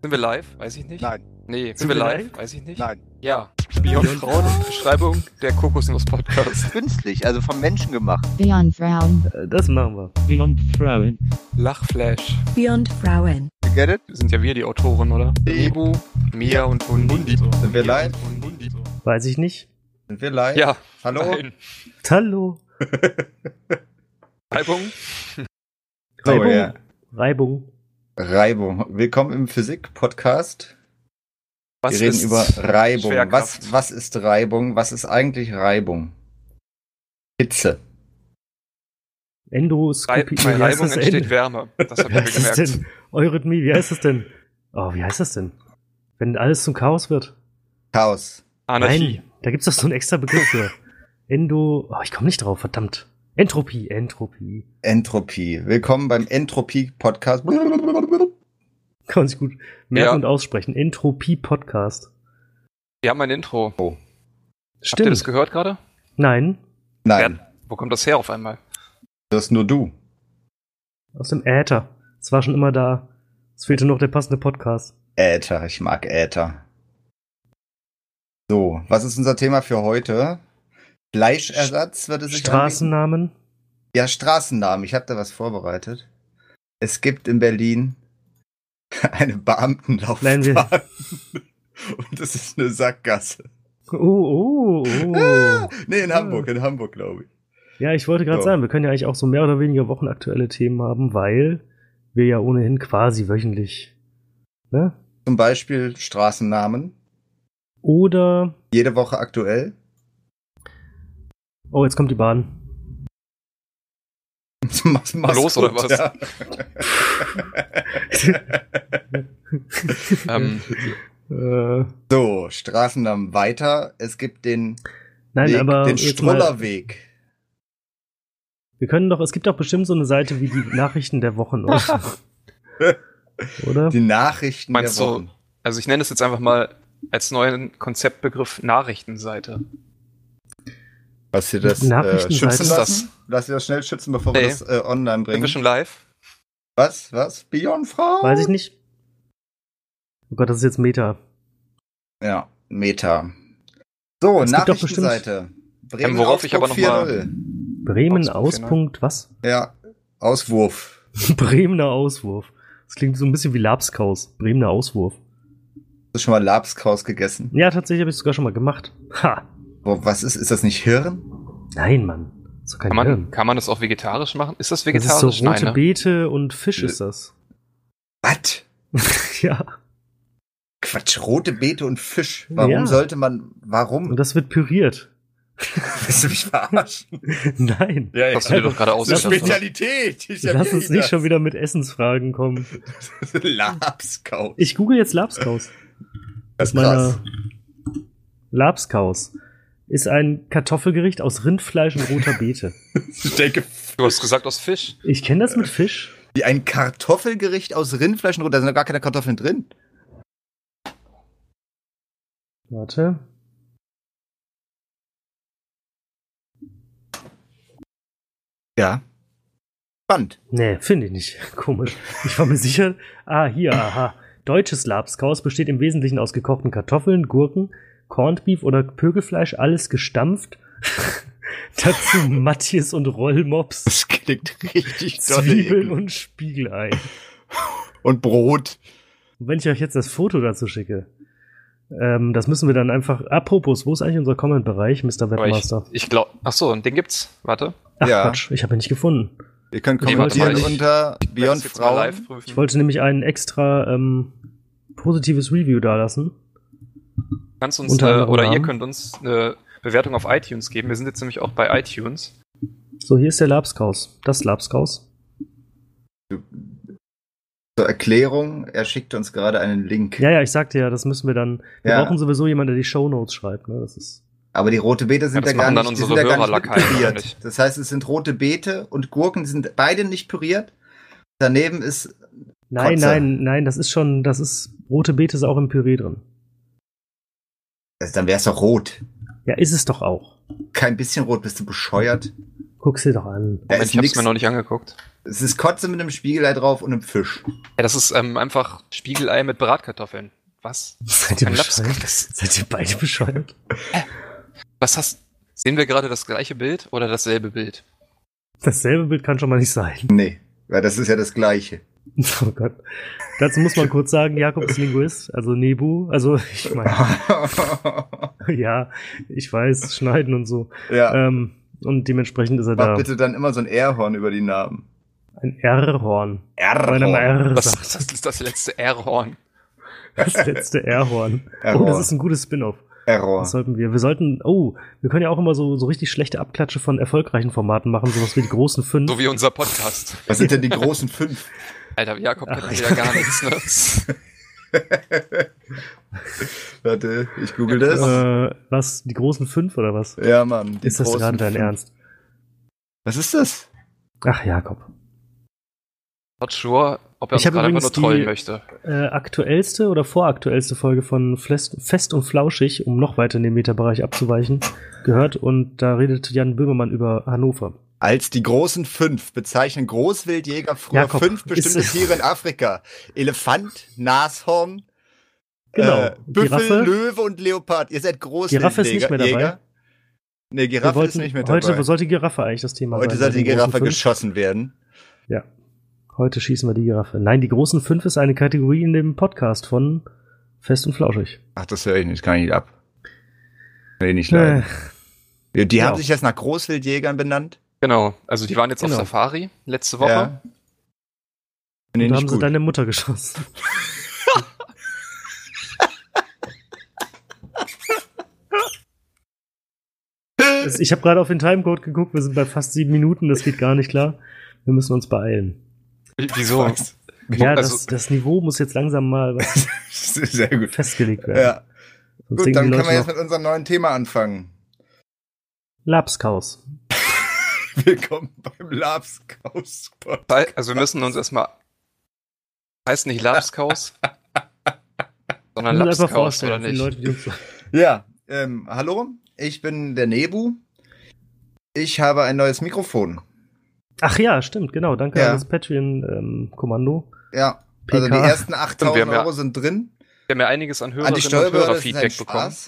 Sind wir live? Weiß ich nicht. Nein. Nee, sind wir live? Weiß ich nicht. Nein. Ja. Beyond Frauen, Beschreibung der Kokosnuss-Podcast. Künstlich, also vom Menschen gemacht. Beyond Frauen. Das machen wir. Beyond Frauen. Lachflash. Beyond Frauen. You get it? Sind ja wir die Autoren, oder? Ibu, Mia und Mundi. Sind wir live? Weiß ich nicht. Sind wir live? Ja. Hallo? Nein. Hallo. Reibung. Reibung. ja. Reibung. Reibung. Willkommen im Physik-Podcast. Was Wir reden ist über Reibung. Schwerkraft? Was ist Reibung? Was ist eigentlich Reibung? Hitze. Endoskopie. Bei wie heißt Reibung das entsteht denn? Wärme. Das haben Wie wir heißt das gemerkt. denn? Eurythmie, wie heißt das denn? Oh, wie heißt das denn? Wenn alles zum Chaos wird. Chaos. Anarchie. Nein, da gibt's doch so einen extra Begriff für. Oh, ich komme nicht drauf, verdammt. Entropie. Entropie. Willkommen beim Entropie-Podcast. Kann man sich gut merken Ja. und aussprechen. Entropie-Podcast. Wir haben ein Intro. Habt ihr Stimmt. das gehört gerade? Nein, Nein, Wo kommt das her auf einmal? das ist nur du. aus dem Äther. Es war schon immer da. Es fehlte noch der passende Podcast. Äther, ich mag Äther. So, was ist unser Thema für heute? Fleischersatz wird es sich anbieten? Straßennamen. Ja, Straßennamen. Ich habe da was vorbereitet. Es gibt in Berlin eine Beamtenlaufbahn. Nein, wir- Und das ist eine Sackgasse. Oh. Nee, in Hamburg, glaube ich. Ja, ich wollte gerade So. sagen, wir können ja eigentlich auch so mehr oder weniger wochenaktuelle Themen haben, weil wir ja ohnehin quasi wöchentlich, ne? Zum Beispiel Straßennamen. Oder, Jede Woche aktuell. oh, jetzt kommt die Bahn. Mach's Los, gut, oder was? Ja. So, Straßennamen weiter. Es gibt den Nein, Weg, aber den jetzt mal, Strullerweg. wir können doch, es gibt doch bestimmt so eine Seite wie die Nachrichten der Wochen, oder? Die Nachrichten Meinst der du, Wochen. also ich nenne es jetzt einfach mal als neuen Konzeptbegriff Nachrichtenseite. Was ihr das Nachrichtenseite. schützen Ist das- lassen? Lass ihr das schnell schützen, bevor wir Nee. das online Sind wir bringen. schon live? Was? Beyond Frau? Weiß ich nicht. Oh Gott, das ist jetzt Meta. Ja, Meta. So, Es gibt doch bestimmt- Nachrichtenseite. Bremen worauf ich aber Ausdruck noch mal- 4:0. Bremen, Auswurf, Auspunkt, was? Ja, Auswurf. Bremener Auswurf. Das klingt so ein bisschen wie Labskaus. Bremener Auswurf. Hast du schon mal Labskaus gegessen? Ja, tatsächlich habe ich es sogar schon mal gemacht. Ha! Was ist das nicht Hirn? Nein, Mann. Das ist doch kein Hirn. Kann man das auch vegetarisch machen? Ist das Das ist vegetarisch? so rote Nein, ne? Beete und Fisch ist das. Was? Ja. Quatsch, rote Beete und Fisch. Warum Ja. sollte man, Und warum? das wird püriert. Willst du mich verarschen? Nein. Ja, Hast du dir doch gerade Das ist eine ausgedacht. Spezialität. Ich Lass uns nicht schon wieder mit Essensfragen kommen. Labskaus. Ich google jetzt Labskaus. Das ist Meiner Labskaus ist ein Kartoffelgericht aus Rindfleisch und roter Beete. Ich denke, Du hast gesagt aus Fisch. Ich kenne das mit Fisch. wie ein Kartoffelgericht aus Rindfleisch und Rot. Da sind doch gar keine Kartoffeln drin. Warte. Ja. Spannend. Nee, finde ich nicht. Komisch. Ich war mir sicher. Hier, aha. Deutsches Labskaus besteht im Wesentlichen aus gekochten Kartoffeln, Gurken, Corned Beef oder Pökelfleisch, alles gestampft. Dazu Matjes und Rollmops, Das klingt richtig Zwiebeln und Spiegelei. und Brot. Und wenn ich euch jetzt das Foto dazu schicke, das müssen wir dann einfach. Apropos, wo ist eigentlich unser Comment-Bereich, Mr. Aber Webmaster? ich glaube. Achso, und den gibt's. Warte. Ach ja. Quatsch, ich habe ihn nicht gefunden. Ihr könnt Nee, warte kommentieren mal, unter Ich werde Beyond das jetzt mal Frauen. live prüfen. Ich wollte nämlich ein extra positives Review dalassen. Kannst uns unter anderem oder ihr Namen. könnt uns eine Bewertung auf iTunes geben. Wir sind jetzt nämlich auch bei iTunes. So, hier ist der Labskaus. Das Labskaus. Zur Erklärung, er schickt uns gerade einen Link. Ja, ich sagte ja, das müssen wir dann. Wir Ja. brauchen sowieso jemanden, der die Shownotes schreibt. Ne? Das ist. Aber die rote Beete sind Ja, das ja gar machen dann nicht, die unsere sind ja gar Hörer nicht Lakaien, oder püriert. nicht? Das heißt, es sind rote Beete und Gurken, die sind beide nicht püriert. Daneben ist Nein, Kotze. nein, das ist rote Beete ist auch im Püree drin. dann wäre es doch rot. Ja, ist es doch auch. Kein bisschen rot, bist du bescheuert? Guck's dir doch an. Da Moment, ist ich hab's nix. mir noch nicht angeguckt. Es ist Kotze mit einem Spiegelei drauf und einem Fisch. Ja, das ist einfach Spiegelei mit Bratkartoffeln. Was? Seid ihr Ein bescheuert? Lapskaus. Seid ihr beide bescheuert? Sehen wir gerade das gleiche Bild oder dasselbe Bild? Dasselbe Bild kann schon mal nicht sein. Nee, weil das ist ja das Gleiche. Oh Gott. Dazu muss man kurz sagen, Jakob ist Linguist, also Nebu. Also ich meine, ja, ich weiß, schneiden und so. Ja. Und dementsprechend ist er Mach da. bitte dann immer so ein R-Horn über die Namen. Ein R-Horn. R-Horn. Weil er mal R Das sagt. ist das letzte R-Horn. Das letzte R-Horn. R-Horn. Oh, das ist ein gutes Spin-off. R-Horn. Das sollten wir. Wir können ja auch immer so richtig schlechte Abklatsche von erfolgreichen Formaten machen, sowas wie die großen 5. So wie unser Podcast. Was sind denn die großen 5? Alter, Jakob kennt Ach, wieder gar nichts, ne? Warte, ich google das. Was? Die großen 5 oder was? Ja, Mann. Die Ist das großen gerade dein 5. Ernst? Was ist das? Ach, Jakob. Not sure, ob er uns Ich habe gerade einfach nur übrigens trollen die möchte. Aktuellste oder voraktuellste Folge von Fest und Flauschig, um noch weiter in den Metabereich abzuweichen, gehört. Und da redet Jan Böhmermann über Hannover. Als die großen 5 bezeichnen Großwildjäger früher Jakob, 5 bestimmte ist- Tiere in Afrika. Elefant, Nashorn, Genau. Büffel, Giraffe? Löwe und Leopard. Ihr seid Großwildjäger. Giraffe ist nicht mehr dabei. Jäger. Nee, Giraffe ist nicht mehr dabei. Heute sollte Giraffe eigentlich das Thema Heute sein. sollte bei die den großen Giraffe 5. geschossen werden. Ja. Heute schießen wir die Giraffe. Nein, die großen 5 ist eine Kategorie in dem Podcast von Fest und Flauschig. Ach, das höre ich nicht. Kann ich nicht ab. Nee, nicht leiden. Die ja. haben sich jetzt nach Großwildjägern benannt. Genau, also die waren jetzt Genau. auf Safari letzte Woche. Ja. Nee, Und da nicht haben sie gut. deine Mutter geschossen. Ich habe gerade auf den Timecode geguckt, wir sind bei fast 7 Minuten, das geht gar nicht klar. Wir müssen uns beeilen. Wieso? Was? Ja, Also- das Niveau muss jetzt langsam mal Sehr gut. festgelegt werden. Ja. Sonst Gut, denken dann die können wir Leute jetzt mit unserem neuen Thema anfangen. Lapskaus. Willkommen beim Labskaus. Also wir müssen uns erstmal. Heißt nicht Lapskaus, sondern Ich muss einfach Lapskaus, oder vorstellen, für die nicht? Leute, die uns Ja, hallo, ich bin der Nebu. Ich habe ein neues Mikrofon. Ach ja, stimmt, genau. Danke Ja. an das Patreon-Kommando. Ja, also die PK. ersten 8.000 Wir haben ja- Euro sind drin. Wir haben ja einiges an An die Hörerinnen und Steuerbehörde ist ein Hörerfeedback bekommen. Spaß.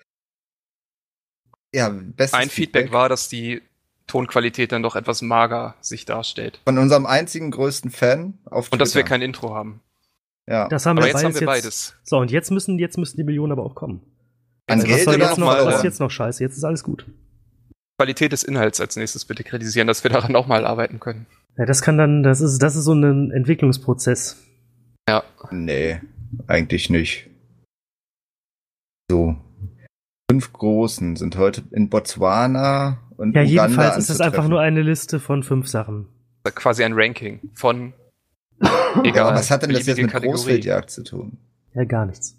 Ja, bestes Ein Feedback war, dass die Tonqualität dann doch etwas mager sich darstellt. von unserem einzigen größten Fan auf Und dass wir Twitter. kein Intro haben. Ja. Das haben Aber wir jetzt haben wir beides. beides. So, und jetzt müssen die Millionen aber auch kommen. An Also, Geld was soll oder jetzt auf noch, mal- was ist Follower? jetzt noch scheiße? Jetzt ist alles gut. Qualität des Inhalts als nächstes bitte kritisieren, dass wir daran auch mal arbeiten können. Ja, das ist so ein Entwicklungsprozess. Ja. Nee, eigentlich nicht. So. 5 Großen sind heute in Botswana und Ja, Uganda jedenfalls ist das einfach anzutreffen. nur eine Liste von 5 Sachen. Quasi ein Ranking von Ja, egal. aber was hat denn das jetzt beliebige mit Kategorie. Großwildjagd zu tun? Ja, gar nichts.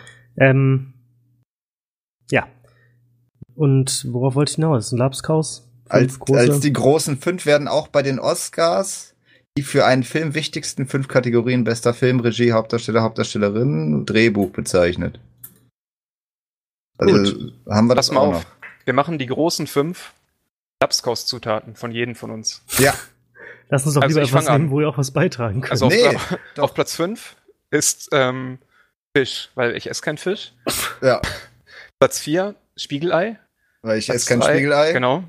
Ja. Und worauf wollte ich hinaus? Ein Lapskaus? Als die großen 5 werden auch bei den Oscars die für einen Film wichtigsten 5 Kategorien bester Film, Regie, Hauptdarsteller, Hauptdarstellerin, Drehbuch bezeichnet. Also Gut. haben wir Pass das mal auch auf. Wir machen die großen 5 Lapskaus-Zutaten von jedem von uns. noch. Ja, Lass uns doch Also lieber ich etwas fang an. nehmen, wo wir auch was beitragen können. Also Nee, auf, doch. auf Platz 5 ist Fisch, weil ich esse kein Fisch. ja, Platz 4 Spiegelei. weil ich Platz esse kein 3, Spiegelei. Genau.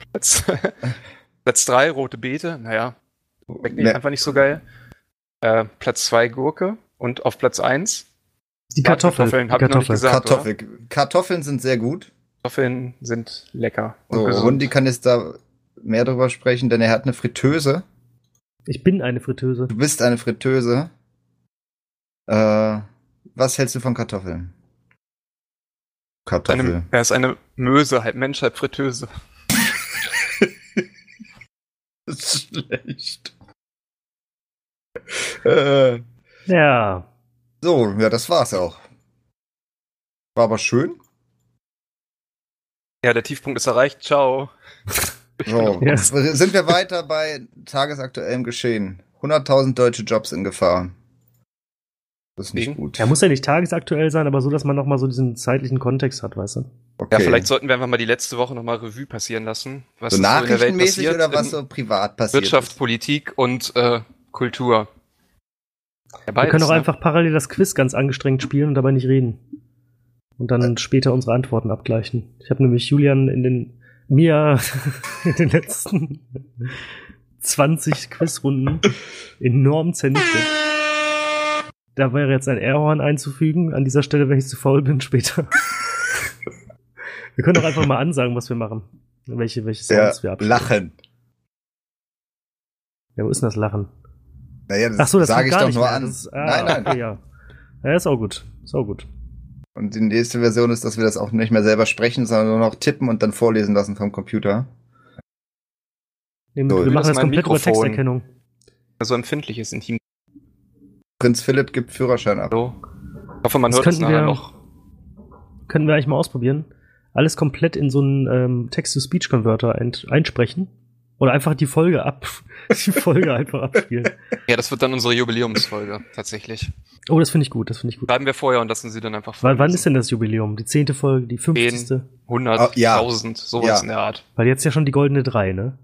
Platz 3 rote Beete. Naja, schmeckt Nee. einfach nicht so geil. Platz 2 Gurke. Und auf Platz 1 Die Kartoffeln. Kartoffeln, hab ich noch nicht gesagt. Kartoffeln sind sehr gut. Kartoffeln sind lecker. Und So, gesund. Rundi kann jetzt da mehr drüber sprechen, denn er hat eine Fritteuse. Ich bin eine Fritteuse. Du bist eine Fritteuse. Was hältst du von Kartoffeln? Kartoffel. Er ist eine Möse, halb Mensch, halb Fritteuse. Das ist schlecht. Ja. So, ja, das war's auch. War aber schön. Ja, der Tiefpunkt ist erreicht. Ciao. So, Ja. sind wir weiter bei tagesaktuellem Geschehen. 100.000 deutsche Jobs in Gefahr. Das ist nicht Wegen? gut. Er muss ja nicht tagesaktuell sein, aber so, dass man noch mal so diesen zeitlichen Kontext hat, weißt du? Okay. Ja, vielleicht sollten wir einfach mal die letzte Woche nochmal Revue passieren lassen. Was so ist so in der Welt nachrichtenmäßig passiert? oder was In so privat passiert Wirtschaft, ist? Politik und Kultur. Ja, Wir beides, können auch ne? einfach parallel das Quiz ganz angestrengt spielen und dabei nicht reden. Und dann später unsere Antworten abgleichen. Ich habe nämlich Julian in den letzten 20 Quizrunden enorm zernichtet. Da wäre jetzt ein Airhorn einzufügen. An dieser Stelle, wenn ich zu faul bin, später. Wir können auch einfach mal ansagen, was wir machen. Welche Sounds wir abspielen. Lachen. Ja, wo ist denn das Lachen? Naja, Ach so, das sage ich gar doch nicht nur mehr. an. Das ist, Nein. Okay, ja. Ja, ist auch gut. Ist auch gut. Und die nächste Version ist, dass wir das auch nicht mehr selber sprechen, sondern nur noch tippen und dann vorlesen lassen vom Computer. Nee, So, wir das machen das mein komplett über Mikrofon. Texterkennung. So empfindlich ist intim. Prinz Philipp gibt Führerschein ab. So. Ich hoffe, man Das hört es könnten nachher wir- noch. Können wir eigentlich mal ausprobieren. Alles komplett in so einen Text-to-Speech-Converter einsprechen. Oder einfach die Folge einfach abspielen. Ja, das wird dann unsere Jubiläumsfolge, tatsächlich. Oh, das finde ich gut. Schreiben wir vorher und lassen sie dann einfach Wann ist denn das Jubiläum? Die 10. Folge, die 50. 100, Oh, ja. 1000, sowas Ja. in der Art. Weil jetzt ja schon die goldene 3, ne?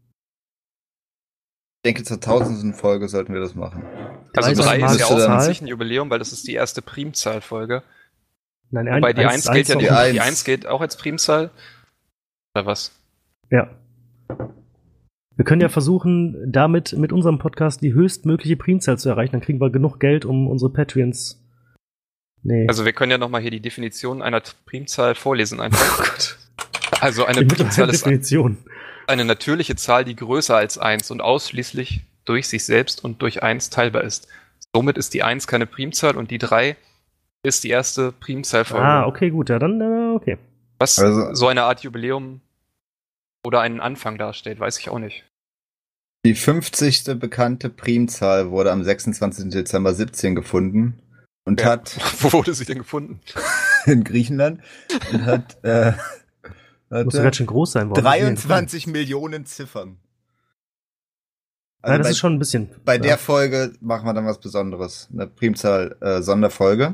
Ich denke, zur 1000. Folge sollten wir das machen. Also 3 3 ist ja magische auch an Zahl. sich ein Jubiläum, weil das ist die erste Primzahlfolge. Nein, Wobei die 1 gilt ja die nicht. Eins. Die 1 gilt auch als Primzahl. Oder was? Ja. Wir können ja versuchen, damit mit unserem Podcast die höchstmögliche Primzahl zu erreichen. Dann kriegen wir genug Geld, um unsere Patreons. Nee. Also wir können ja nochmal hier die Definition einer Primzahl vorlesen einfach. Oh Gott. Also eine Die Primzahl ist Definition. eine natürliche Zahl, die größer als 1 und ausschließlich durch sich selbst und durch 1 teilbar ist. Somit ist die 1 keine Primzahl und die 3 ist die erste Primzahlfolge. Ah, okay, gut. Ja, dann, okay. Was Also- so eine Art Jubiläum oder einen Anfang darstellt, weiß ich auch nicht. Die 50. bekannte Primzahl wurde am 26. Dezember 17 gefunden und Ja. hat Wo wurde sie denn gefunden? in Griechenland und hat Muss ja ganz schön groß sein. Warum? 23 Millionen Ziffern. Ja, das bei, ist schon ein bisschen. bei ja. der Folge machen wir dann was Besonderes. Eine Primzahl Sonderfolge.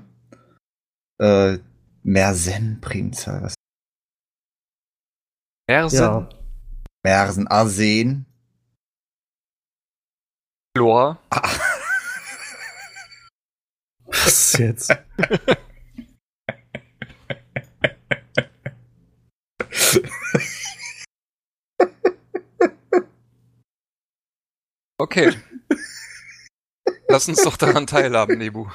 Mersen-Primzahl. Was? Mersen, Ja. Mersen, Arsen. Chlor. Was jetzt? Okay. Lass uns doch daran teilhaben, Nebu.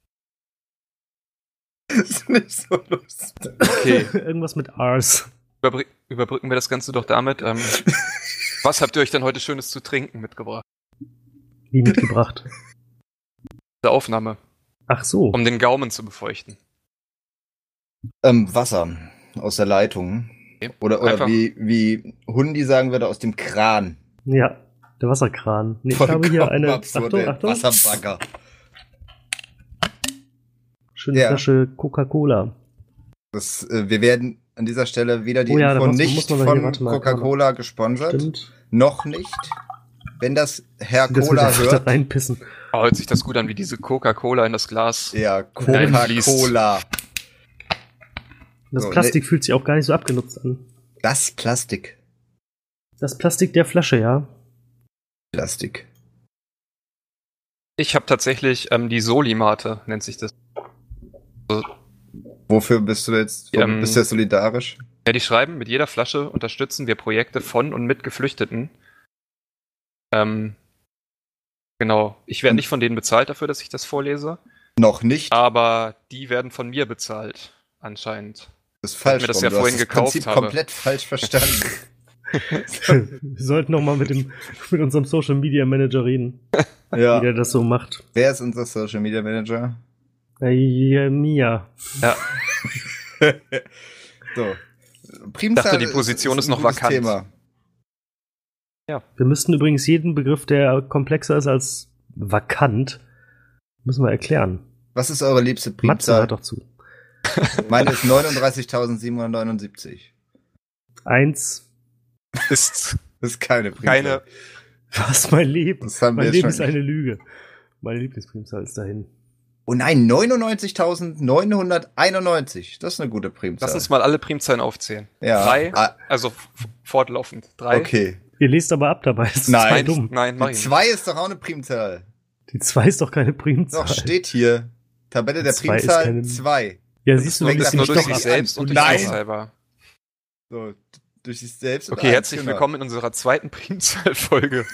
ist nicht so lustig. Okay. Irgendwas mit Ars. Überbrücken wir das Ganze doch damit. Was habt ihr euch denn heute Schönes zu trinken mitgebracht? Wie mitgebracht. Der Aufnahme, Ach so. um den Gaumen zu befeuchten. Wasser aus der Leitung. Okay. Oder Einfach- wie Hundi sagen würde, aus dem Kran. Ja, der Wasserkran. Nee, ich habe hier Vollkommen eine. absurd, Achtung, Achtung. Wasserbagger. Schöne Ja. Flasche Coca-Cola. Wir werden an dieser Stelle weder die Oh ja, da Info muss nicht man doch hier, von warte mal, Coca-Cola gesponsert, Stimmt. noch nicht. Wenn das Herr Das wird Cola einfach da hört, reinpissen. Oh, hört sich das gut an, wie diese Coca-Cola in das Glas. ja, Reinfließt. Coca-Cola. Das So, Plastik fühlt sich auch gar nicht so abgenutzt an. Das Plastik. Das Plastik der Flasche, ja. Plastik. Ich habe tatsächlich die Solimate, nennt sich das. Wofür bist du jetzt? Bist du jetzt solidarisch? Ja, die schreiben, mit jeder Flasche unterstützen wir Projekte von und mit Geflüchteten. Genau. Ich werde nicht von denen bezahlt dafür, dass ich das vorlese, Noch nicht. aber die werden von mir bezahlt, anscheinend. Das ist falsch. mir das rum. ja Du hast vorhin das gekauft Prinzip habe. komplett falsch verstanden. Wir sollten noch mal mit unserem Social Media Manager reden, wie ja. der das so macht. Wer ist unser Social Media Manager? Mia. Ja, So. Primzahl dachte, die Position ist ein noch gutes vakant. Thema. Wir müssten übrigens jeden Begriff, der komplexer ist als vakant, müssen wir erklären. Was ist eure liebste Matze Primzahl? hört doch zu. Meine ist 39.779. 1. ist Das ist keine Primzahl. keine. Was, mein Leben? Das haben wir Mein jetzt Leben schon- ist eine Lüge. Meine Lieblingsprimzahl ist dahin. Oh nein, 99.991. Das ist eine gute Primzahl. Lass uns mal alle Primzahlen aufzählen. Ja. 3, also fortlaufend. 3. Okay. Ihr lest aber ab dabei. Das ist Nein. total dumm. Nein, mach Die ich nicht. 2 ist doch auch eine Primzahl. Die 2 ist doch keine Primzahl. Doch, steht hier. Tabelle der Die 2 ist Primzahl keine- 2. Ja, siehst du, fängt liest Das sie nur mich durch doch sich ab. selbst und durch Nein. sich selber. So, durch sich selbst. und Okay, eins, herzlich genau. willkommen in unserer zweiten Primzahlfolge.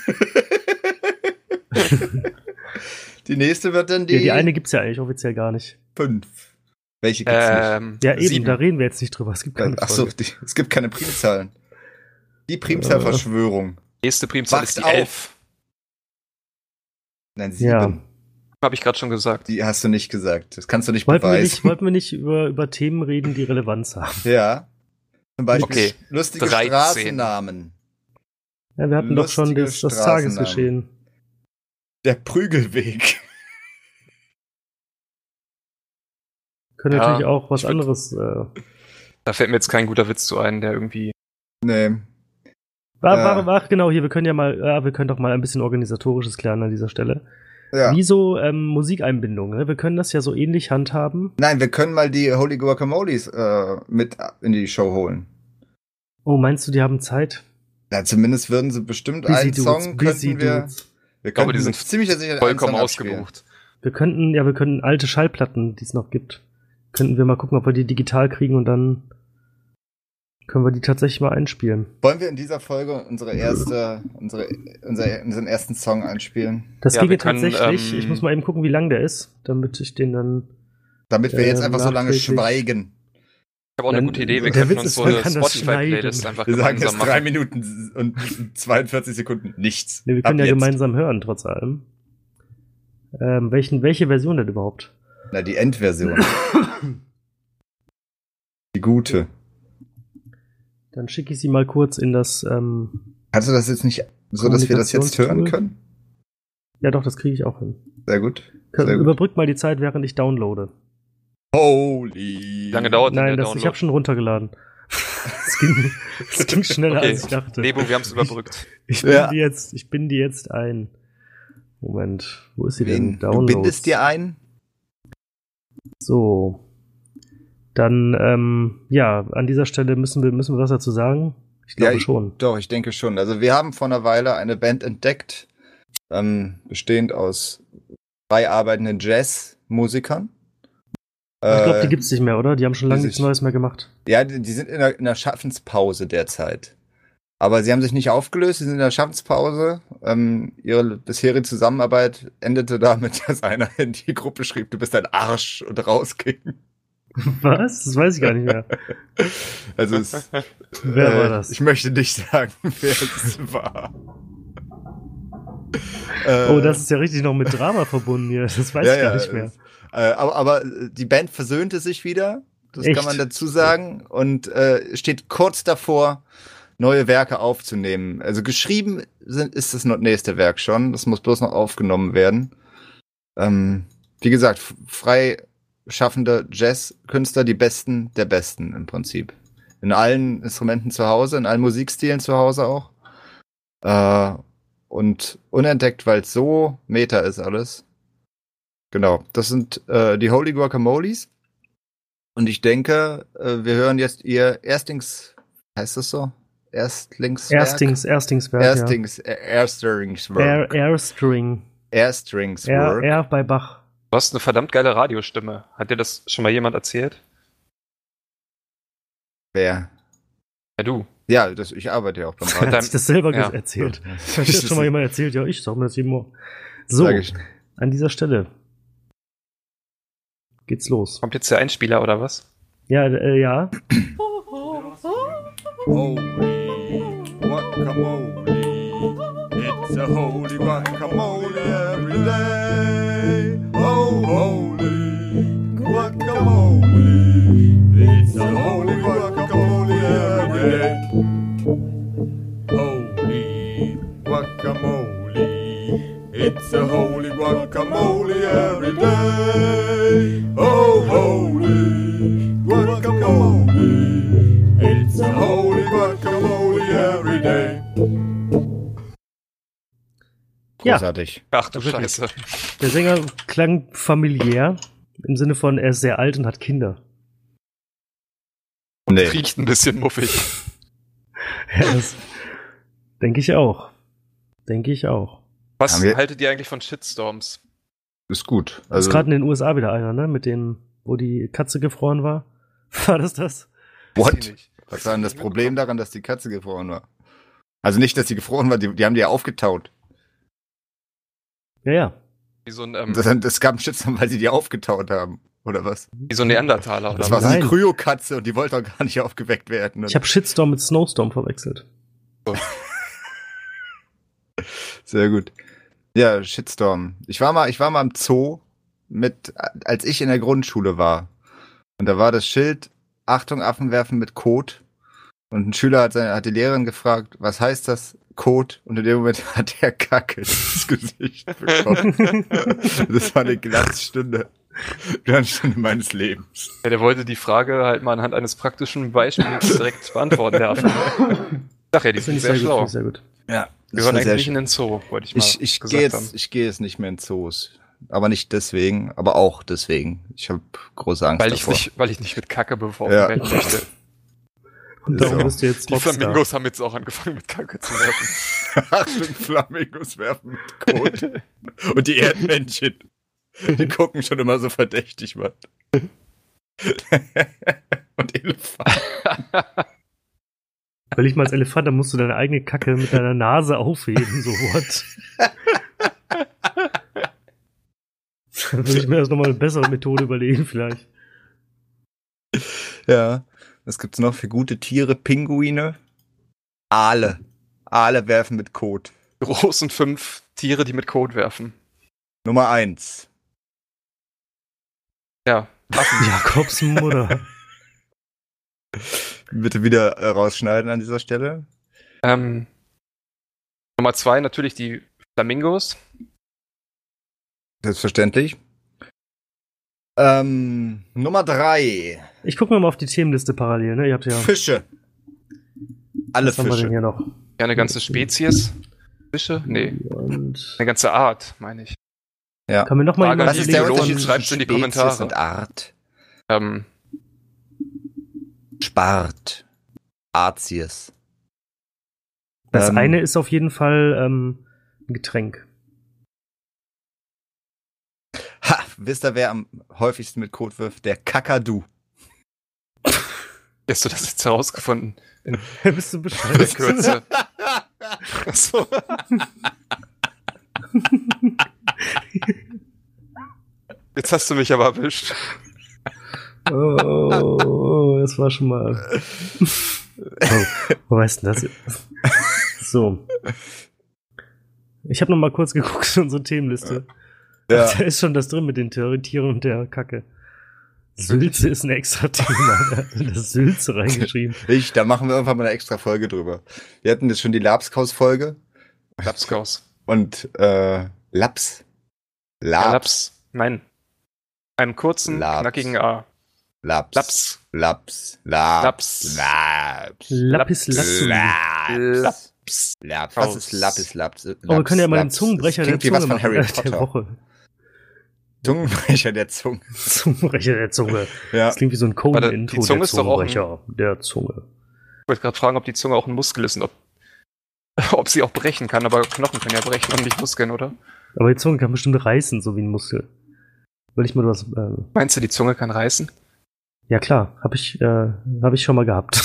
Die nächste wird dann Ja, die eine gibt's ja eigentlich offiziell gar nicht. 5. Welche gibt's nicht? Ja, eben, 7. da reden wir jetzt nicht drüber. Es gibt keine Achso, Folge. es gibt keine Primzahlen. Die Primzahlverschwörung. Nächste Primzahl Wacht ist die auf. 11. Nein, 7. Ja. Habe ich gerade schon gesagt. Die hast du nicht gesagt. Das kannst du nicht Wollten beweisen. wir nicht über Themen reden, die Relevanz haben? Ja. Zum Beispiel Okay, lustige 13. Straßennamen. Ja, wir hatten doch schon Lustige das Straßennamen. Tagesgeschehen. Der Prügelweg. Können Ja, natürlich auch was ich würd- anderes. Da fällt mir jetzt kein guter Witz zu ein, der irgendwie. Nee. Genau, hier, wir können doch mal ein bisschen Organisatorisches klären an dieser Stelle. Ja. Wieso Musikeinbindung? Ne? Wir können das ja so ähnlich handhaben. Nein, wir können mal die Holy Guacamoles mit in die Show holen. Oh, meinst du, die haben Zeit? Ja, zumindest würden sie bestimmt einen Song könnten wir. Wir glaube, könnten die mit sind ziemlicher Sicherheit Vollkommen einen Song abspielen. ausgebucht. Wir könnten alte Schallplatten, die es noch gibt, könnten wir mal gucken, ob wir die digital kriegen und dann können wir die tatsächlich mal einspielen. Wollen wir in dieser Folge unseren ersten Song einspielen? Das Ja, ginge wir können, tatsächlich. Ich muss mal eben gucken, wie lang der ist, damit ich den dann. Damit wir jetzt einfach so lange nachträglich. schweigen. Ich habe auch eine Nein, gute Idee. Wir der könnten Witz uns ist, so man eine kann das Spotify-Playlist schneiden. einfach Wir sagen gemeinsam jetzt 3 machen. Minuten und 42 Sekunden nichts. Ne, wir können Ab ja jetzt. gemeinsam hören, trotz allem. Welche Version denn überhaupt? Na, die Endversion. Die gute. Dann schicke ich sie mal kurz in das. Kannst du das jetzt nicht so, dass wir das jetzt hören können? Ja, doch, das kriege ich auch hin. Sehr gut. Sehr gut. Überbrück mal die Zeit, während ich downloade. Holy. Wie lange dauert denn Nein, der ich Download? habe schon runtergeladen. Es ging schneller, Okay, als ich dachte. Nebo, wir haben es überbrückt. Ich Ja. bin die jetzt ein. Moment, wo ist sie denn? Du bindest dir ein? So. Dann, ja, an dieser Stelle müssen wir was dazu sagen? Ich glaube schon. Doch, ich denke schon. Also wir haben vor einer Weile eine Band entdeckt, bestehend aus 3 arbeitenden Jazzmusikern. Ich glaube, die gibt's nicht mehr, oder? Die haben schon lange die nichts sich- Neues mehr gemacht. Ja, die sind in einer Schaffenspause derzeit. Aber sie haben sich nicht aufgelöst, sie sind in der Schaffenspause. Ihre bisherige Zusammenarbeit endete damit, dass einer in die Gruppe schrieb, du bist ein Arsch und rausging. Was? Das weiß ich gar nicht mehr. Also es, Wer war das? Ich möchte nicht sagen, wer es war. Oh, das ist ja richtig noch mit Drama verbunden hier. Das weiß ich gar nicht mehr. Aber die Band versöhnte sich wieder, das Echt? kann man dazu sagen, und steht kurz davor, neue Werke aufzunehmen. Also geschrieben ist das nächste Werk schon, das muss bloß noch aufgenommen werden. Wie gesagt, frei schaffende Jazzkünstler, die Besten der Besten im Prinzip. In allen Instrumenten zu Hause, in allen Musikstilen zu Hause auch. Und unentdeckt, weil es so meta ist alles. Genau, das sind die Holy Guacamoles. Und ich denke, wir hören jetzt ihr heißt das so? Erstlingswerk? Erstingswerk. Erstringswerk. Airstring. Erstringswerk. R bei Bach. Du hast eine verdammt geile Radiostimme. Hat dir das schon mal jemand erzählt? Wer? Ja, du. Ja, ich arbeite ja auch beim Mit Hat Radio. sich das selber Ja. erzählt. Hat das schon mal jemand erzählt? Ja, ich sag mir das jeden Morgen. So, Sag ich. an dieser Stelle geht's los. Kommt jetzt der Einspieler oder was? Ja, ja. Holy guacamole, it's a holy guacamole every day. Oh, holy guacamole, it's a holy guacamole every day. Holy guacamole, it's a holy guacamole every day. Oh, holy guacamole, it's a holy guacamole every day. Großartig. Ach du Wirklich. Scheiße. Der Sänger klang familiär, im Sinne von, er ist sehr alt und hat Kinder. Nee. Riecht ein bisschen muffig. Ja, das denke ich auch. Was Haben wir- haltet ihr eigentlich von Shitstorms? Ist gut. Das ist gerade in den USA wieder einer, ne? Mit dem, wo die Katze gefroren war. War das? Weiß What? ich nicht. Was war denn das Problem daran, dass die Katze gefroren war? Also nicht, dass sie gefroren war, die haben die ja aufgetaut. Ja. Wie so ein, Das gab einen Shitstorm, weil sie die aufgetaut haben. Oder was? wie so ein Neandertaler. Das Oder war so was? eine Nein. Kryokatze und die wollte auch gar nicht aufgeweckt werden. Ich habe Shitstorm mit Snowstorm verwechselt. Sehr gut. Ja, Shitstorm. Ich war mal im Zoo als ich in der Grundschule war. Und da war das Schild, Achtung, Affen werfen mit Kot. Und ein Schüler hat die Lehrerin gefragt, was heißt das? Kot. Und in dem Moment hat er Kacke ins Gesicht bekommen. Das war eine Glanzstunde. Glanzstunde meines Lebens. Ja, der wollte die Frage halt mal anhand eines praktischen Beispiels direkt beantworten, der Affe. Sag ja, die sind sehr schlau. Sehr gut. Ja. Wir hören eigentlich nicht in den Zoo, wollte ich mal Ich gesagt gehe haben. jetzt nicht mehr in Zoos. Aber nicht deswegen, aber auch deswegen. Ich habe große Angst davor. Weil ich nicht mit Kacke beworfen Ja. werden möchte. Und darum So. bist du jetzt Die Rockstar. Flamingos haben jetzt auch angefangen mit Kacke zu werfen. Achtung, Flamingos werfen mit Kot. Und die Erdmännchen, die gucken schon immer so verdächtig, Mann. Und Elefant. Weil ich mal als Elefant, dann musst du deine eigene Kacke mit deiner Nase aufheben, so what? Dann würde ich mir erst nochmal eine bessere Methode überlegen, vielleicht. Ja. Was gibt's noch für gute Tiere? Pinguine. Aale. Aale werfen mit Kot. Großen 5 Tiere, die mit Kot werfen. Nummer 1. Ja, Affen. Jakobs Mutter. Bitte wieder rausschneiden an dieser Stelle. Nummer 2 natürlich die Flamingos. Selbstverständlich. Nummer 3. Ich gucke mir mal auf die Themenliste parallel, ne? Ihr habt ja. Fische. Alle Was haben wir denn Fische. hier noch? Ja, eine ganze Spezies. Fische? Nee, Und eine ganze Art, meine ich. Ja. kann mir noch mal Frage jemand an Was die ist der Biologen, Unterschied schreibt's zwischen in die Spezies Kommentare. und Art? Ähm, Spart. Arzies. Das eine ist auf jeden Fall ein Getränk. Ha, wisst ihr, wer am häufigsten mit Kot wirft? Der Kakadu. hast du das jetzt herausgefunden? In Bist du der Bescheid? Kürze. Achso. Jetzt hast du mich aber erwischt. Oh, das war schon mal. Wo weißt du das? So. Ich habe noch mal kurz geguckt in unsere Themenliste. Ja. Da ist schon das drin mit den Tieren und der Kacke. Sülze ist ein extra Thema. Da hat das Sülze reingeschrieben. Da machen wir irgendwann mal eine extra Folge drüber. Wir hatten jetzt schon die Lapskaus-Folge Lapskaus. und Laps. Ja, Laps. Nein. Einen kurzen, Laps. knackigen A. Laps. Laps. Laps. Laps. Laps. Lapis Lazuli. Laps. Laps. Was ist Lapis Laps? Oh, wir können ja mal den Zungenbrecher der Klingt wie was Zunge von Harry machen. Der Potter. Woche. Zungenbrecher der Zunge. Zungenbrecher der Zunge. Ja. Das klingt wie so ein Warte, Coden-Intro. die Zunge der ist doch auch ein- Zungenbrecher der Zunge. Ich wollte gerade fragen, ob die Zunge auch ein Muskel ist und ob sie auch brechen kann, aber Knochen können ja brechen und nicht Muskeln, oder? Aber die Zunge kann bestimmt reißen, so wie ein Muskel. Will ich mal was. Meinst du, die Zunge kann reißen? Ja klar, hab ich schon mal gehabt.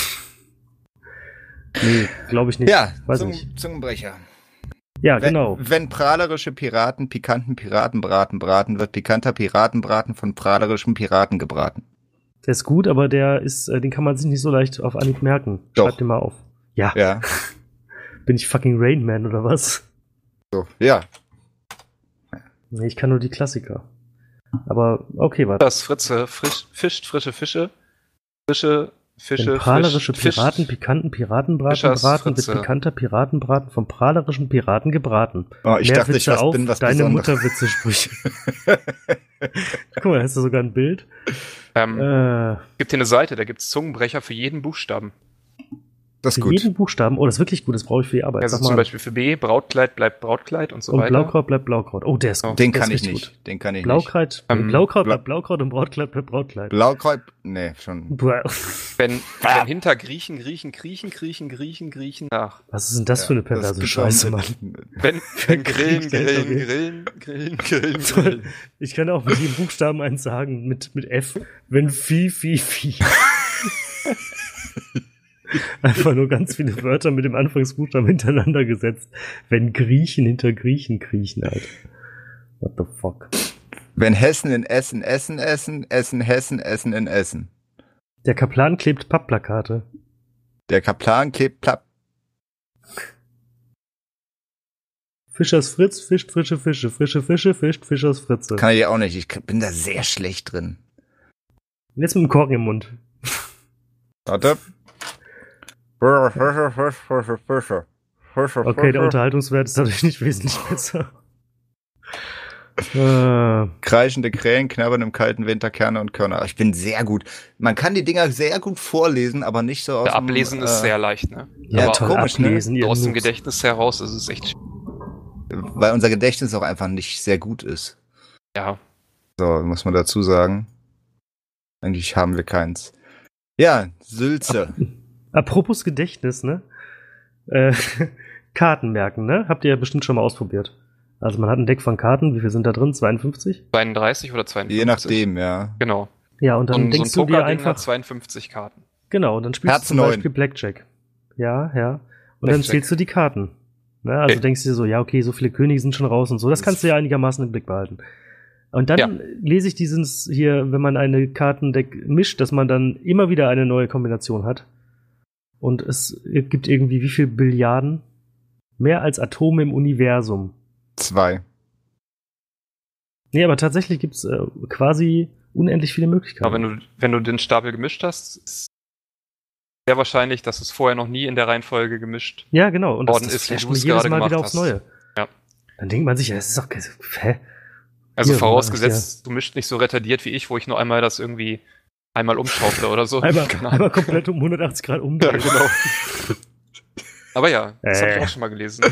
Nee, glaube ich nicht. Ja, Weiß nicht. Zungenbrecher. Ja, genau. Wenn prahlerische Piraten pikanten Piratenbraten braten, wird pikanter Piratenbraten von prahlerischem Piraten gebraten. Der ist gut, aber den kann man sich nicht so leicht auf Anhieb merken. Doch. Schreib den mal auf. Ja. Ja, Bin ich fucking Rain Man oder was? so. Ja. Nee, ich kann nur die Klassiker. Aber okay, warte. Das Fritze fischt frische Fische. Fische, Wenn prahlerische Fisch- Piraten pikanten Piratenbraten Fischers braten, wird Fritze. pikanter Piratenbraten vom prahlerischen Piraten gebraten. Oh, ich Mehr dachte, ich Witze bin was deine Besonderes. Mutterwitze-Sprüche. Guck mal, da hast du sogar ein Bild. Gibt hier eine Seite, da gibt's Zungenbrecher für jeden Buchstaben. Das ist Für gut. jeden Buchstaben. Oh, das ist wirklich gut. Das brauche ich für die Arbeit. Also Sag mal. zum Beispiel für B, Brautkleid bleibt Brautkleid und so Und weiter. Blaukraut bleibt Blaukraut. Oh, der ist gut. Den Der kann ist ich richtig nicht. gut. Den kann ich Blaukraut, Ähm, Blaukraut Blau- bleibt Blaukraut und Brautkleid bleibt Brautkleid. nicht. Blaukreuz, nee, schon. Wenn hinter Griechen nach. Was ist denn das für eine perverse gibt's Scheiße, auch Mann? Wenn Grillen. Ich kann auch mit jedem Buchstaben eins sagen, mit F. Wenn Vieh. Einfach nur ganz viele Wörter mit dem Anfangsbuchstaben hintereinander gesetzt. Wenn Griechen hinter Griechen kriechen, Alter. What the fuck? Wenn Hessen in Essen Essen, Hessen Essen in Essen. Der Kaplan klebt Pappplakate. Der Kaplan klebt platt. Fischers Fritz fischt frische Fische. Frische Fische fischt Fischers Fritze. Kann ich auch nicht. Ich bin da sehr schlecht drin. Und jetzt mit dem Korken im Mund. Warte. Okay, der Unterhaltungswert ist dadurch nicht wesentlich besser. Kreischende Krähen knabbern im kalten Winter Kerne und Körner. Ich bin sehr gut. Man kann die Dinger sehr gut vorlesen, aber nicht so aus Der dem, Ablesen ist sehr leicht, ne? Ja, Aber toll. komisch, ne? ablesen, ihr aus dem Noobs. Gedächtnis heraus ist es echt. weil unser Gedächtnis auch einfach nicht sehr gut ist. Ja. So, muss man dazu sagen. Eigentlich haben wir keins. Ja, Sülze. Apropos Gedächtnis, ne? Karten merken, ne? Habt ihr ja bestimmt schon mal ausprobiert. Also man hat ein Deck von Karten, wie viel sind da drin? 52? 32 oder 52? Je nachdem, ja. Genau. Ja, und dann So ein denkst du dir Pokerding einfach, hat 52 Karten. genau, und dann spielst Herz du zum 9. Beispiel Blackjack. Ja. Und dann Blackjack. zählst du die Karten. Ne? Also Okay. denkst du dir so, ja, okay, so viele Könige sind schon raus und so. Das kannst du ja einigermaßen im Blick behalten. Und dann Ja. lese ich dieses hier, wenn man eine Kartendeck mischt, dass man dann immer wieder eine neue Kombination hat. Und es gibt irgendwie wie viel Billiarden? Mehr als Atome im Universum. 2. Nee, aber tatsächlich gibt es quasi unendlich viele Möglichkeiten. Aber wenn du den Stapel gemischt hast, ist sehr wahrscheinlich, dass es vorher noch nie in der Reihenfolge gemischt. Ja, genau. Und worden das ist, wie flasht du mich es jedes gerade Mal wieder gemacht aufs hast. Neue. Ja. Dann denkt man sich, ja, das ist doch. Hä? Also Hier, vorausgesetzt, du mischt nicht so retardiert wie ich, wo ich nur einmal das irgendwie einmal umschaufle oder so. Einmal, Keine Ahnung. einmal komplett um 180 Grad Ja, umdrehen. genau. Aber ja, das habe ich Äh. auch schon mal gelesen.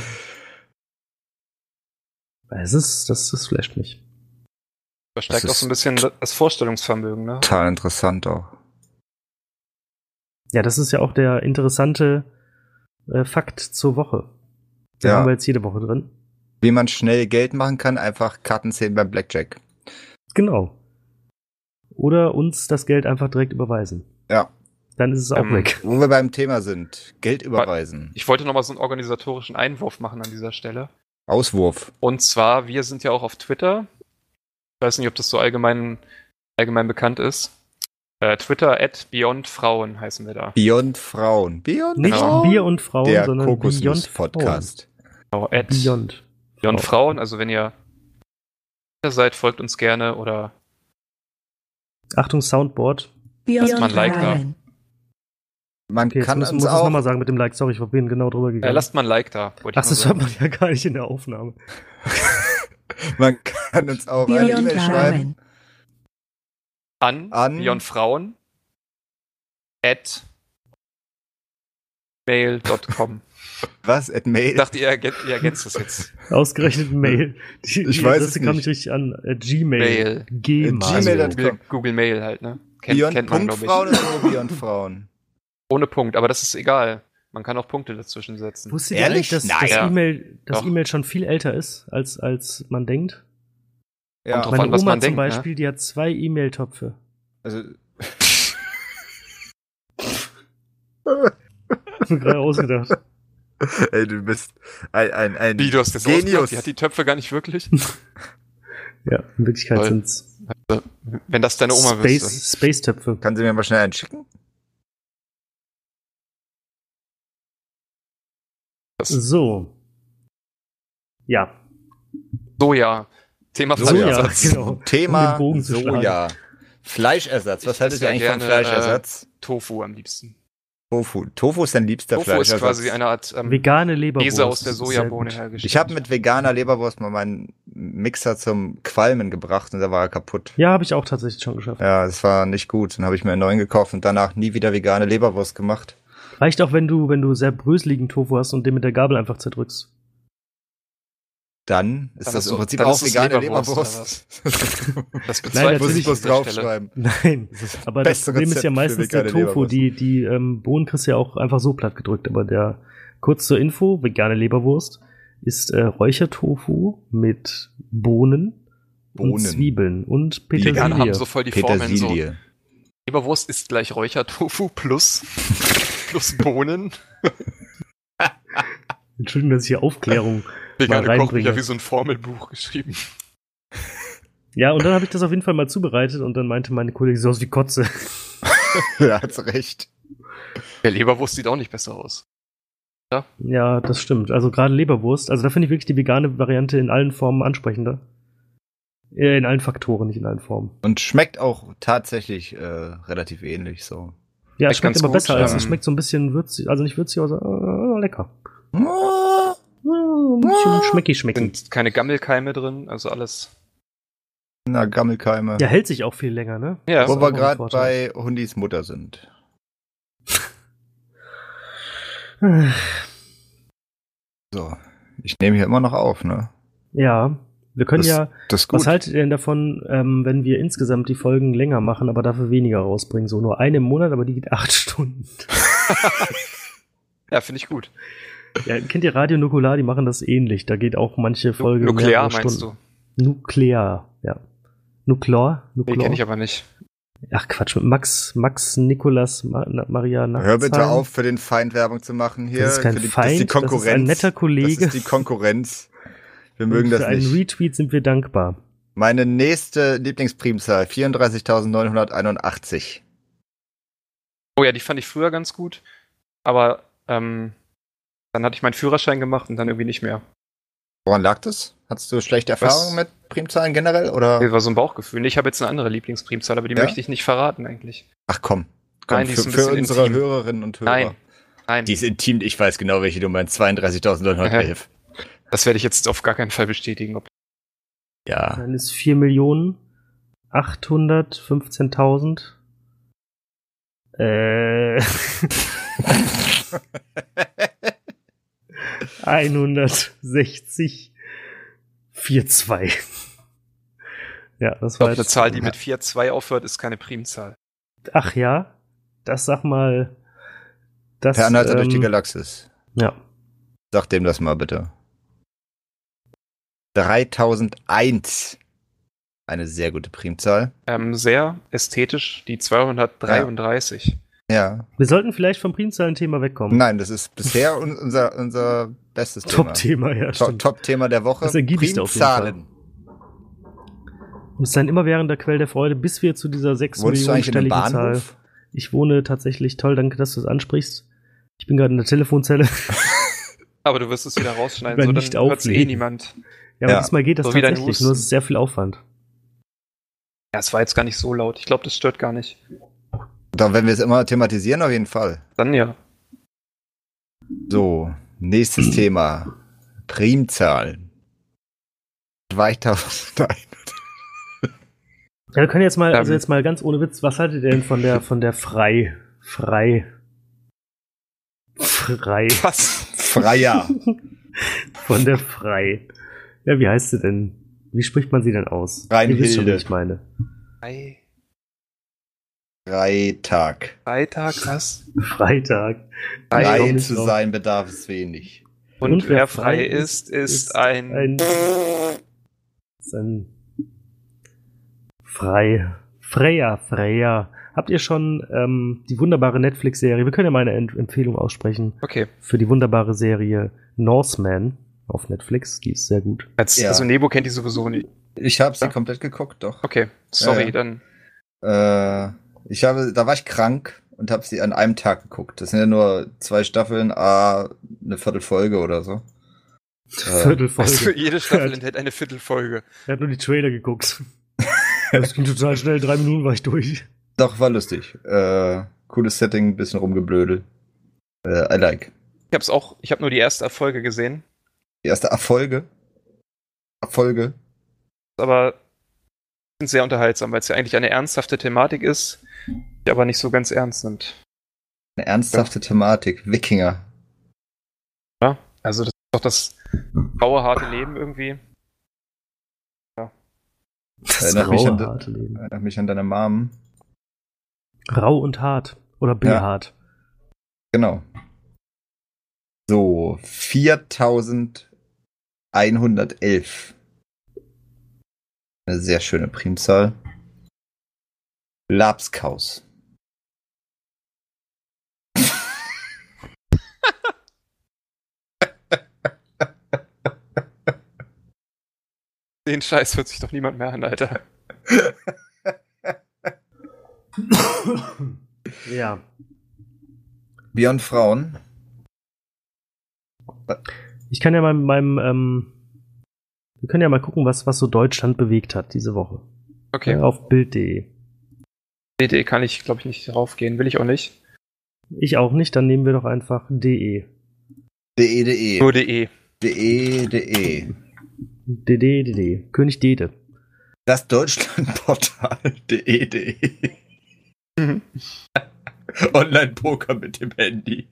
Das flasht mich. Verstärkt Das auch so ein bisschen das Vorstellungsvermögen, ne? Total interessant auch. Ja, das ist ja auch der interessante Fakt zur Woche. Den Ja. haben wir jetzt jede Woche drin. Wie man schnell Geld machen kann, einfach Karten zählen beim Blackjack. Genau. Oder uns das Geld einfach direkt überweisen. Ja. Dann ist es auch weg. Wo wir beim Thema sind. Geld überweisen. Ich wollte nochmal so einen organisatorischen Einwurf machen an dieser Stelle. Auswurf. Und zwar, wir sind ja auch auf Twitter. Ich weiß nicht, ob das so allgemein bekannt ist. Twitter @BeyondFrauen heißen wir da. Beyond Frauen. Beyond Nicht Genau. Bier und Frauen, Der sondern Beyond Kokosnuss-Podcast. Genau, Frauen. Beyond. Frauen. Also wenn ihr seid, folgt uns gerne oder Achtung, Soundboard. Beyond mal ein Like da. Frauen. Man Okay, jetzt kann muss uns es auch... nochmal sagen mit dem Like. Sorry, ich bin genau drüber gegangen. lasst mal ein Like da. wollte ich Ach, nur das sagen. hört man ja gar nicht in der Aufnahme. Man kann uns auch eine Beyond E-Mail schreiben. Frauen. an beyondfrauen @mail.com. Was? Ich Mail? dachte, ihr ergänzt das jetzt. Ausgerechnet Mail. Die Ich weiß Adresse es kam nicht. nicht richtig an. Gmail. Mail. Gmail. Also Google Mail halt, ne? Beyond Kennt man, Punkt glaube ich. Frauen oder nur Beyond Frauen? Ohne Punkt, aber das ist egal. Man kann auch Punkte dazwischen setzen. Wusstet ihr Ehrlich? eigentlich, dass Nein. das Ja. E-Mail Doch. schon viel älter ist, als man denkt? Ja, drauf Meine an, was Oma man zum denkt, ne? Beispiel, die hat 2 E-Mail-Töpfe. also Hab mir gerade ausgedacht. ey, du bist ein Wie, du hast das Genius. ausgedacht? Die hat die Töpfe gar nicht wirklich? Ja, in Wirklichkeit Toll. sind's Wenn das deine Oma wüsste. Space-Töpfe. Kann sie mir mal schnell einen schicken? So. Ja. Soja. Thema Soja. Fleischersatz. genau. Um Thema den Bogen zu schlagen. Soja. Fleischersatz. Was Ich haltet esse ihr ja eigentlich von gerne, Fleischersatz? Tofu am liebsten. Tofu. Tofu ist dein liebster Tofu ist Fleischersatz. quasi eine Art Vegane Leberwurst. Käse aus der ist sehr Sojabohne gut. hergestellt. Ich habe mit veganer Leberwurst mal meinen Mixer zum Qualmen gebracht und da war er kaputt. Ja, habe ich auch tatsächlich schon geschafft. Ja, das war nicht gut. Dann habe ich mir einen neuen gekauft und danach nie wieder vegane Leberwurst gemacht. Reicht auch, wenn du sehr bröseligen Tofu hast und den mit der Gabel einfach zerdrückst. Dann ist Dann das ist im so- Prinzip dann auch ist es vegane Leberwurst, Leberwurst. Das Nein, Muss ich natürlich bloß draufschreiben. draufschreiben. Nein, aber das beste Problem ist ja Rezept für meistens der vegane Tofu. Leberwurst. Die Bohnen kriegst du ja auch einfach so platt gedrückt. Aber kurz zur Info, vegane Leberwurst ist Räuchertofu mit Bohnen und Zwiebeln und Die Veganer haben Petersilie. so voll die Formeln so. Petersilie. Leberwurst ist gleich Räuchertofu plus Bohnen. Entschuldigung, dass ich hier Aufklärung Vegane mal Kochbücher reinbringe. wie so ein Formelbuch geschrieben. Ja, und dann habe ich das auf jeden Fall mal zubereitet und dann meinte meine Kollegin, so aus wie Kotze. Ja, hat's recht. Der Leberwurst sieht auch nicht besser aus. Ja, das stimmt. Also gerade Leberwurst, also da finde ich wirklich die vegane Variante in allen Formen ansprechender. In allen Faktoren, nicht in allen Formen. Und schmeckt auch tatsächlich relativ ähnlich so. Ja, es Schmeckt schmeckt ganz aber gut, besser. Also ja. es schmeckt so ein bisschen würzig, also nicht würzig, aber lecker. Ah, Ein bisschen schmecki. Sind keine Gammelkeime drin, also alles. Na, Gammelkeime. Ja, hält sich auch viel länger, ne? Ja, Wo ist wir auch ein gerade Vorteil. bei Hundis Mutter sind. So, ich nehme hier immer noch auf, ne? Ja, wir können Das ist gut. was haltet ihr denn davon, wenn wir insgesamt die Folgen länger machen, aber dafür weniger rausbringen? So nur eine im Monat, aber die geht 8 Stunden. ja, finde ich gut. Ja, kennt ihr Radio Nukular? Die machen das ähnlich. Da geht auch manche Folge Nuklear mehrere meinst Stunden. du? Nuklear, ja. Nuklear? Nee, kenne ich aber nicht. Ach Quatsch, mit Max Nikolas, Maria Nachtsheim. Hör bitte auf, für den Feind Werbung zu machen hier. Das ist kein für die, Feind, das ist die Konkurrenz. das ist ein netter Kollege. Das ist die Konkurrenz. Wir mögen Und das für einen nicht. Retweet sind wir dankbar. Meine nächste Lieblingsprimzahl, 34.981. Oh ja, die fand ich früher ganz gut. Aber dann hatte ich meinen Führerschein gemacht und dann irgendwie nicht mehr. Woran lag das? Hattest du schlechte Erfahrungen mit Primzahlen generell? Oder? Das war so ein Bauchgefühl. Ich habe jetzt eine andere Lieblingsprimzahl, aber die Ja? möchte ich nicht verraten eigentlich. Ach komm. Nein, die ist für, ein für bisschen unsere intim. Hörerinnen und Hörer. Nein, Die ist intim, ich weiß genau, welche du meinst. 32.911. das werde ich jetzt auf gar keinen Fall bestätigen. Ja. Dann ist 4.815.000. 160 42. Ja, das Ich war glaube, eine jetzt. Zahl, die mit 4,2 aufhört, ist keine Primzahl. Ach ja, das sag mal. Das, Per Anhalter durch die Galaxis. Ja. Sag dem das mal bitte. 3001. Eine sehr gute Primzahl. Sehr ästhetisch, die 233. Ja. Wir sollten vielleicht vom Primzahlen-Thema wegkommen. Nein, das ist bisher unser bestes Thema. Top-Thema, ja, stimmt. Top-Thema der Woche. Das ergiebigste auf jeden Primzahlen. Und es ist ein immerwährender Quell der Freude, bis wir zu dieser 6 Wohnst du eigentlich in einem Millionenstelligen Zahl. Bahnhof? Ich wohne tatsächlich, toll, danke, dass du es ansprichst. Ich bin gerade in der Telefonzelle. Aber du wirst es wieder rausschneiden, Über so nicht dann hört's auflegen. niemand. Ja, aber Ja. diesmal geht das So wie dein tatsächlich, Husten. nur es ist sehr viel Aufwand. Ja, es war jetzt gar nicht so laut. Ich glaube, das stört gar nicht. Da werden wir es immer thematisieren, auf jeden Fall. Dann ja. So, nächstes Thema. Primzahlen. 2000. Ja, wir können jetzt mal, also Ähm. jetzt mal ganz ohne Witz, was haltet ihr denn von der Frei? Was? Freier. Von der Frei. Ja, wie heißt sie denn? Wie spricht man sie denn aus? Reinhilde. Ihr wisst schon, wie ich meine. Freitag. Freitag, was? Freitag. Frei Frei nicht zu drauf. sein bedarf es wenig. Und wer frei ist ein ist ein Freya. Habt ihr schon die wunderbare Netflix-Serie, wir können ja mal eine Empfehlung aussprechen, Okay. für die wunderbare Serie Norseman auf Netflix, die ist sehr gut. Ja. Also Nebo kennt die sowieso nicht. Ich habe sie Ja. komplett geguckt, doch. Okay, sorry, Ja. dann. Da war ich krank und habe sie an einem Tag geguckt. Das sind ja nur 2 Staffeln, eine Viertelfolge oder so. Viertelfolge. Also für jede Staffel Er enthält eine Viertelfolge. hat nur die Trailer geguckt. Das ging total schnell, 3 Minuten war ich durch. Doch, war lustig. Cooles Setting, bisschen rumgeblödel. I like. Ich habe nur die erste Folge gesehen, Die erste Erfolge. aber sind sehr unterhaltsam, weil es ja eigentlich eine ernsthafte Thematik ist, die aber nicht so ganz ernst nimmt. Eine ernsthafte Thematik. Wikinger. Ja, also das ist doch das graue, harte Leben irgendwie. Das Erinnert mich, harte Leben. erinnert mich an deine Mom. Rau und hart. Oder behaart. Genau. So, 4111. Eine sehr schöne Primzahl. Labskaus. Den Scheiß hört sich doch niemand mehr an, Alter. Ja. Beyond Frauen. Ich kann ja mal wir können ja mal gucken, was so Deutschland bewegt hat diese Woche. Okay. Auf Bild.de. DD kann ich, glaube ich, nicht draufgehen. Will ich auch nicht. Ich auch nicht, dann nehmen wir doch einfach de. De. Nur DE. De. De. König Dede. Das Deutschlandportal. De. Online-Poker mit dem Handy.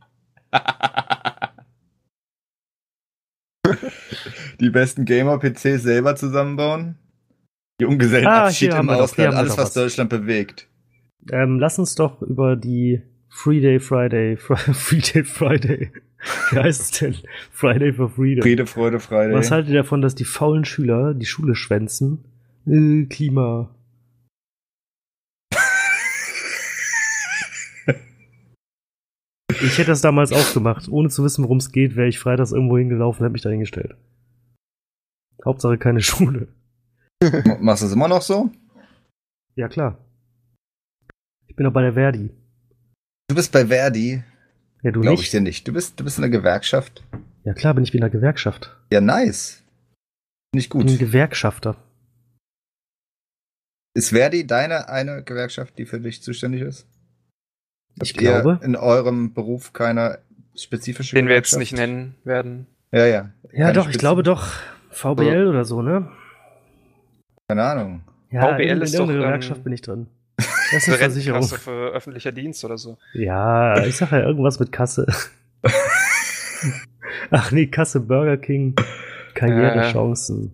Die besten Gamer-PCs selber zusammenbauen. Junggesellenabschied hier haben im wir doch, Ausland. hier haben wir Alles, doch was was. Deutschland bewegt. Lass uns doch über die Friday. Wie heißt es denn? Friday for Freedom. Friede, Freude, Friday. Was haltet ihr davon, dass die faulen Schüler die Schule schwänzen? Klima. Ich hätte das damals auch gemacht. Ohne zu wissen, worum es geht, wäre ich freitags irgendwo hingelaufen und hätte mich da hingestellt. Hauptsache keine Schule. Machst du es immer noch so? Ja, klar. Ich bin doch bei der Verdi. Du bist bei Verdi. Ja, du Glaube nicht? ich dir nicht. Du bist in der Gewerkschaft. Ja, klar, bin ich in der Gewerkschaft. Ja, nice. Nicht Ich bin gut. Gewerkschafter. Ist Verdi eine Gewerkschaft, die für dich zuständig ist? Ich Habt ihr glaube. in eurem Beruf keine spezifische Den wir jetzt Gewerkschaft? nicht nennen werden. Ja. Ja, Keine doch, ich glaube doch. VBL oder so, ne? Keine Ahnung. Ja, VBL in ist irgendeiner doch, Gewerkschaft bin ich drin. Das ist eine Versicherung. Rentenkasse für öffentlicher Dienst oder so. Ja, ich sag ja irgendwas mit Kasse. Ach nee, Kasse Burger King. Karrierechancen.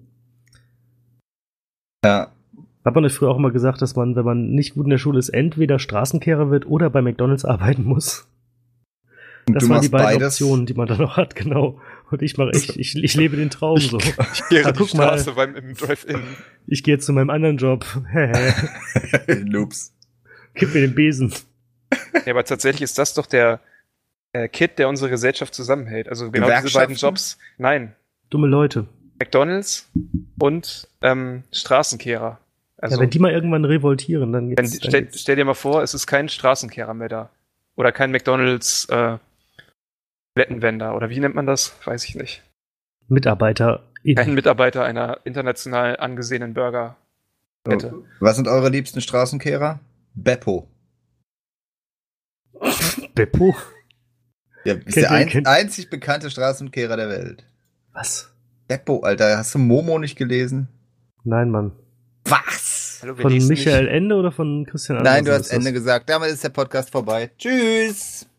Ja. Hat man euch früher auch immer gesagt, dass man, wenn man nicht gut in der Schule ist, entweder Straßenkehrer wird oder bei McDonalds arbeiten muss? Und Das du waren die machst beiden beides? Optionen, die man dann noch hat, genau. Und ich mache ich lebe den Traum so. Ich kehre die guck mal. Straße im Drive-In. Ich gehe jetzt zu meinem anderen Job. Loops. Gib mir den Besen. Ja, aber tatsächlich ist das doch der Kit, der unsere Gesellschaft zusammenhält. Also genau diese beiden Gewerkschaften? Jobs. Nein, Dumme Leute. McDonalds und Straßenkehrer. Also Ja, wenn die mal irgendwann revoltieren, dann wenn, geht's. stell dir mal vor, es ist kein Straßenkehrer mehr da. Oder kein McDonalds Toilettenwender. Oder wie nennt man das? Weiß ich nicht. Mitarbeiter. Kein Mitarbeiter einer international angesehenen Burger. Hätte. Was sind eure liebsten Straßenkehrer? Beppo. Beppo? Ja, ist Kennt der ihr- kennt- einzig bekannte Straßenkehrer der Welt. Was? Beppo, Alter. Hast du Momo nicht gelesen? Nein, Mann. Was? Hallo, wir Von lesen Michael nicht. Ende oder von Christian Andersen? Nein, du hast ist das? Ende gesagt. Damit ist der Podcast vorbei. Tschüss.